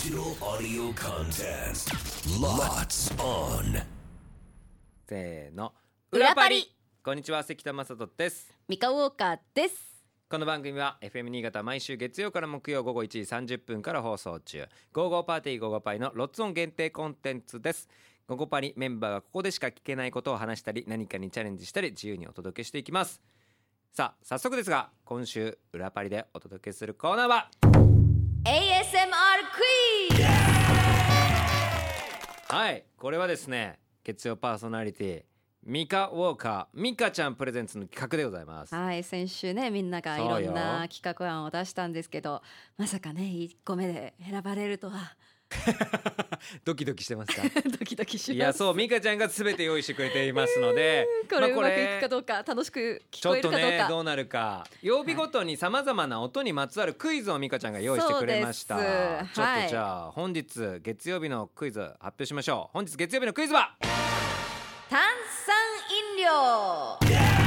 Digital audio contest. Lots on. せーの、 裏パリ。 こんにちは、関田正人です。 ミカウォーカーです。 この番組は FM 新潟毎週月曜から木曜午後1時30分から放送中、ゴーゴーパーティーゴーゴーパイのロッツオン限定コンテンツです。ゴーゴーパリメンバーがここでしか聞けないことを話したり、何かにチャレンジしたり、自由にお届けしていきます。さあ、早速ですが、今週裏パリでお届けするコーナーは ASMR クイズ。 はい、これはですね、月曜パーソナリティミカウォーカーミカちゃんプレゼンツの企画でございます。 はい、先週ね、みんながいろんな企画案を出したんですけど、まさかね、1個目で選ばれるとはドキドキしてますか？ ドキドキします。 いや、そう、ミカちゃんが全て用意してくれていますのでこれうまくいくかどうか、楽しく聞こえるかどうか、 ちょっとね、どうなるか。曜日ごとにさまざまな音にまつわるクイズをミカちゃんが用意してくれました。 そうです。 ちょっとじゃあ本日月曜日のクイズ発表しましょう。本日月曜日のクイズは炭酸飲料。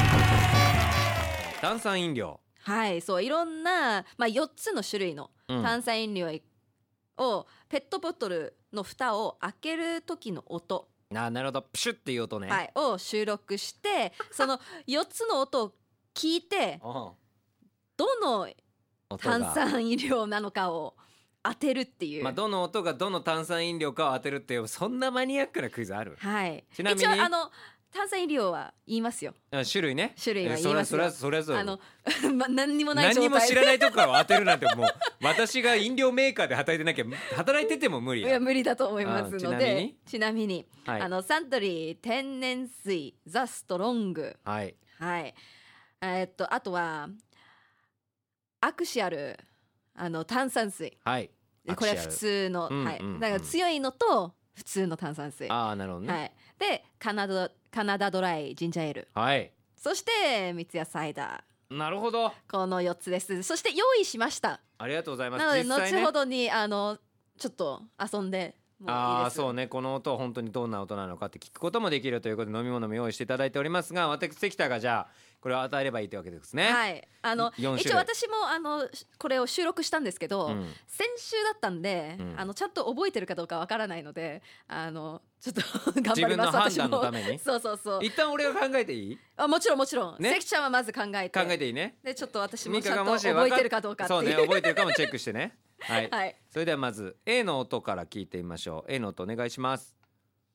炭酸飲料。 はい、そう、いろんな、4つの種類の炭酸飲料を、ペットボトルの蓋を開ける時の音、 なるほど、プシュっていう音ね。 はい、を収録してその4つの音を聞いておどの音が炭酸飲料なのかを当てるっていう、 どの音がどの炭酸飲料かを当てるっていう、そんなマニアックなクイズある？ はい、 ちなみに一応炭酸飲料は言いますよ。 種類ね。 種類は言いますよ。 それぞれ何にもない状態で何にも知らないとこから当てるなんて、もう私が飲料メーカーで働いてなきゃ、働いてても無理いやや。 無理だと思いますので、 ちなみに、 はい、サントリー天然水ザストロング、 はい、 はい、あとはアクシアル炭酸水、 はい、 これは普通の、はい、だから強いのと普通の炭酸水、 なるほどね、 はい、でカナダドライジンジャーエール、 はい、 そして三ツ矢サイダー、 なるほど、 この4つです。そして用意しました。 ありがとうございます。 なので、 実際ね、 後ほどにちょっと遊んでもいいです。 そうね、この音は本当にどんな音なのかって聞くこともできるということで、飲み物も用意していただいておりますが、私関田がじゃあこれを与えればいいというわけですね。 はい、 4種類一応私もこれを収録したんですけど、先週だったんで、ちゃんと覚えてるかどうかわからないので、ちょっと頑張ります。 自分の判断のためにそう一旦俺が考えていい？ もちろんもちろん、 ね、 関ちゃんはまず考えていいね。 でちょっと私もミカちゃんとがもし覚えてるかどうかっていう、 そうね、覚えてるかもチェックしてね。はい、 はい、 それではまず A の音から聞いてみましょう。 A の音お願いします。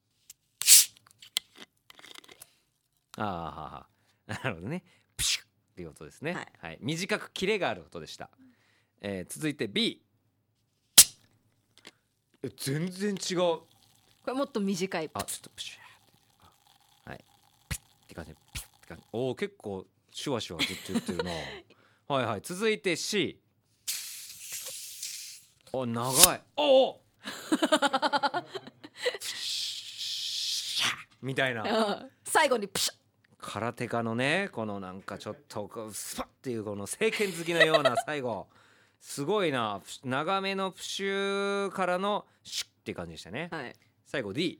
なるほどね、プシュッっていう音ですね。はい、短くキレがある音でした。続いて B。 全然違う。これもっと短い。 ちょっとプシュッ、はい、ピッって感じ、ピッって感じ。おお、結構シュワシュワずっと言ってるな。はいはい、続いて C。 長い。おみたいな、 最後にプシュッ、 空手家のね、このなんかちょっとスパッっていうこの聖剣好きのような最後すごいな、長めのプシューからのシュッっていう感じでしたね。 はい、 最後 D。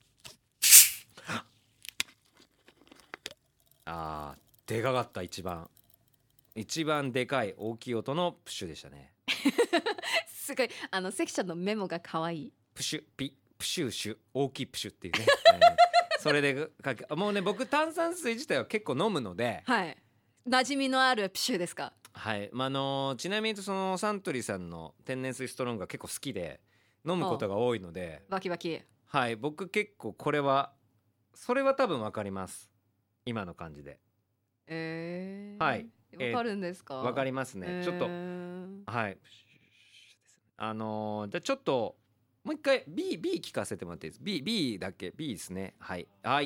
でかかった。一番でかい大きい音のプシュでしたね。 すごい関ちゃんのメモが可愛い。 プシュピプシュシュ大きいプシュっていうね、それでもうね、僕炭酸水自体は結構飲むので、 はい、馴染みのあるプシュですか？ はい、ちなみに言うと、そのサントリーさんの天然水ストロングが結構好きで飲むことが多いので、 バキバキ、 はい、僕結構これはそれは多分わかります、今の感じで。はい、 わかるんですか？ わかりますね、ちょっとはい。じゃあちょっともう一回 B 聞かせてもらっていいです？ B だけ B ですね。はいはい、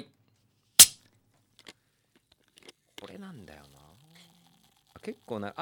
これなんだよな、結構な、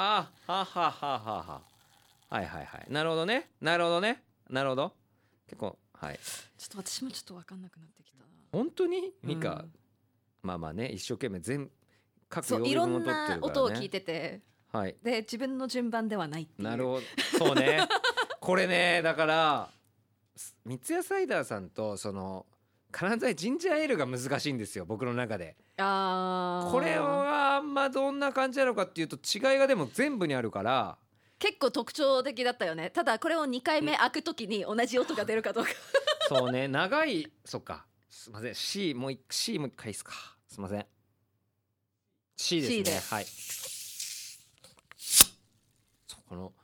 はいはいはい、なるほどね、なるほど、結構、はい、 ちょっと私もちょっと分かんなくなってきた。 本当にミカ、まあね、一生懸命各曜日いろ分を取ってるからね。 んな音を聞いてて、 はい、 で自分の順番ではないっていう。 なるほど、そうねこれね、だから三ツ矢サイダーさんとその金沢ジンジャーエールが難しいんですよ、僕の中で。これはあんまどんな感じなのかっていうと、違いがでも全部にあるから、 結構特徴的だったよね。ただこれを2回目開くときに同じ音が出るかどうかそうね、長い、そっか、すいません、 C もう一回いいですか、すいません、 C ですね。 C ではい、そこの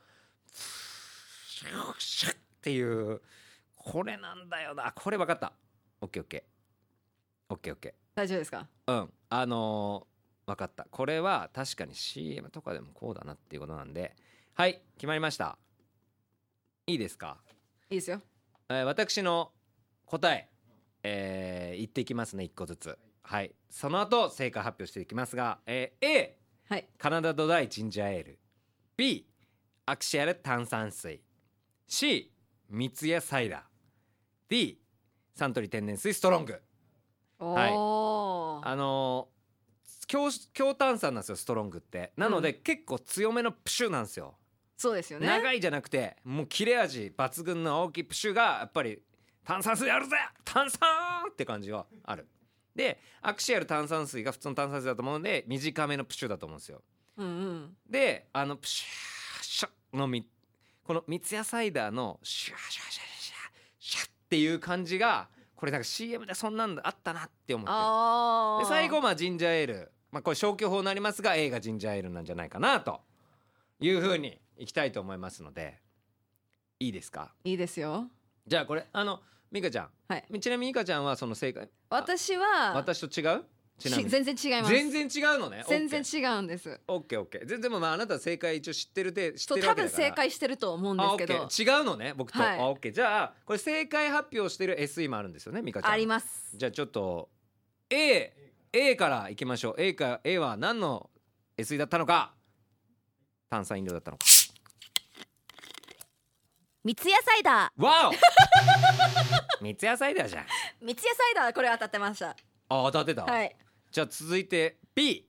っていうこれなんだよな。これ分かった。オッケーオッケーオッケーオッケ大丈夫ですか？ ー、分かった。これは確かに CM とかでもこうだなっていうことなんで、はい決まりました。いいですか？ いいですよ。 私の答え、言っていきますね、1個ずつ。はい、その後正解発表していきますが、A はい。 カナダドライジンジャーエール、 B アクシアル炭酸水、 C 三ツ矢サイダー、 D サントリー天然水ストロング。はいおー、 強炭酸なんですよストロングって。なので、結構強めのプシュなんですよ。 そうですよね。 長いじゃなくてもう切れ味抜群の大きいプシュがやっぱり炭酸水あるぜ炭酸って感じはある。でアクシアル炭酸水が普通の炭酸水だと思うので短めのプシュだと思うんですよ。 うんうん。 でプシューシャッのこの三ツ矢サイダーのシュワシュワシュワシュワシュワっていう感じが、これなんか CM でそんなんあったなって思って、で最後ジンジャーエール、これ消去法になりますが A がジンジャーエールなんじゃないかなという風にいきたいと思いますので、いいですか？ いいですよ。 じゃあこれミカちゃん、 はい。 ちなみにミカちゃんはその正解、 私は私と違う？ちなみに全然違います。 全然違うのね。 全然違うんです。 オッケーオッケー。全然あなた正解一応知ってるわけだ多から。 分正解してると思うんですけど。 オッケー違うのね僕と。 はいオッケー。じゃあこれ正解発表してる SE もあるんですよね、ミカちゃん。 あります。 じゃあちょっと A からいきましょう。A は何の SE だったのか。炭酸飲料だったのか。 三ツ矢サイダわお三ツ矢サイダーじゃん。 ー。三ツ矢サイダー、これ当たってました。 当たってた。 はい。 じゃあ続いて B。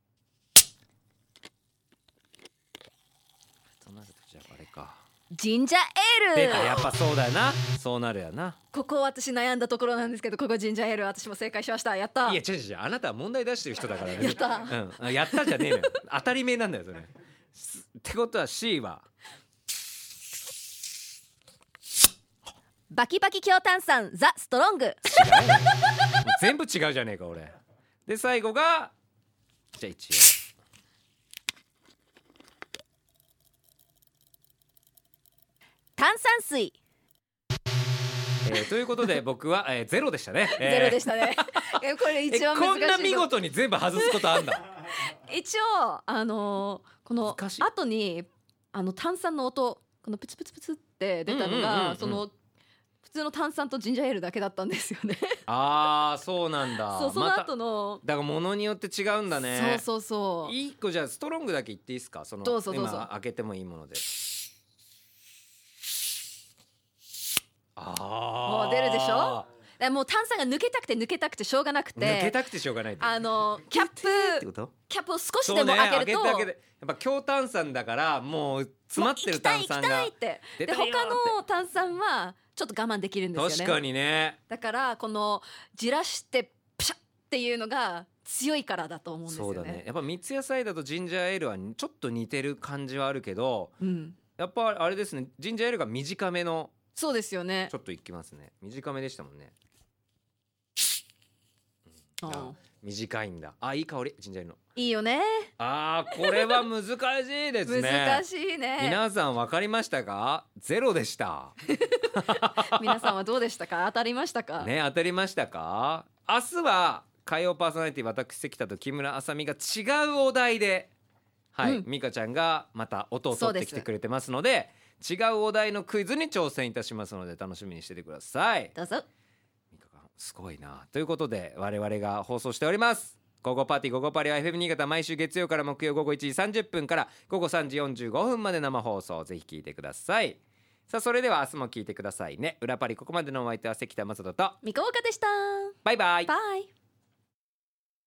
となるとじゃああれか、 ジンジャーエール。 出た。やっぱそうだよな。そうなるよな。 ここ私悩んだところなんですけど、ここジンジャーエール、私も正解しました。やった。 いや違うあなたは問題出してる人だからね。 やった。 うん、やったじゃねえのよ。当たり前なんだよそれ。ってことは C はバキバキ強炭酸ザストロング。 違うよ。もう全部違うじゃねえか俺。で最後がじゃあ一応炭酸水。 ということで僕は、ゼロでしたね。 ゼロでしたね。これ一番難しい。 こんな見事に全部外すことあんだ。 一応この難しい後に炭酸の音、このプツプツプツって出たのが、その普通の炭酸とジンジャーエールだけだったんですよね。 あーそうなんだ。 そう、その後の、 だから物によって違うんだね。 そうそうそう。 一個じゃあストロングだけ言っていいですか？そのどうぞどうぞ。 今開けてもいいもので。 もう出るでしょ。もう炭酸が抜けたくてしょうがなくて、 抜けたくてしょうがないって。 キャップを少しでも開けると、 開けてやっぱ強炭酸だからもう詰まってる炭酸が行きたいってで、他の炭酸はちょっと我慢できるんですよね。 確かにね。 だからこのじらしてプシャッっていうのが強いからだと思うんですよね。 そうだね。やっぱ三ツ矢サイダーとジンジャーエールはちょっと似てる感じはあるけど、やっぱあれですね、ジンジャーエールが短めの。 そうですよね。 ちょっといきますね。短めでしたもんね。短いんだ。いい香り。ジンジャーエールのいいよね。 これは難しいですね。 難しいね。 皆さん分かりましたか？ゼロでした。 皆さんはどうでしたか？当たりましたか？ ね、当たりましたか？明日は火曜パーソナリティ私関田と木村あさみが違うお題で、美香ちゃんがまた音を取ってきてくれてますので、違うお題のクイズに挑戦いたしますので楽しみにしててください。 どうぞ。 すごいな。ということで我々が放送しております午後パーティー午後パリは FM 新潟、毎週月曜から木曜午後1時30分から午後3時45分まで生放送、ぜひ聞いてください。さあそれでは明日も聞いてくださいね。裏パリ、ここまでのお相手は関田正人と三河岡でした。 バイバイ。 バイ。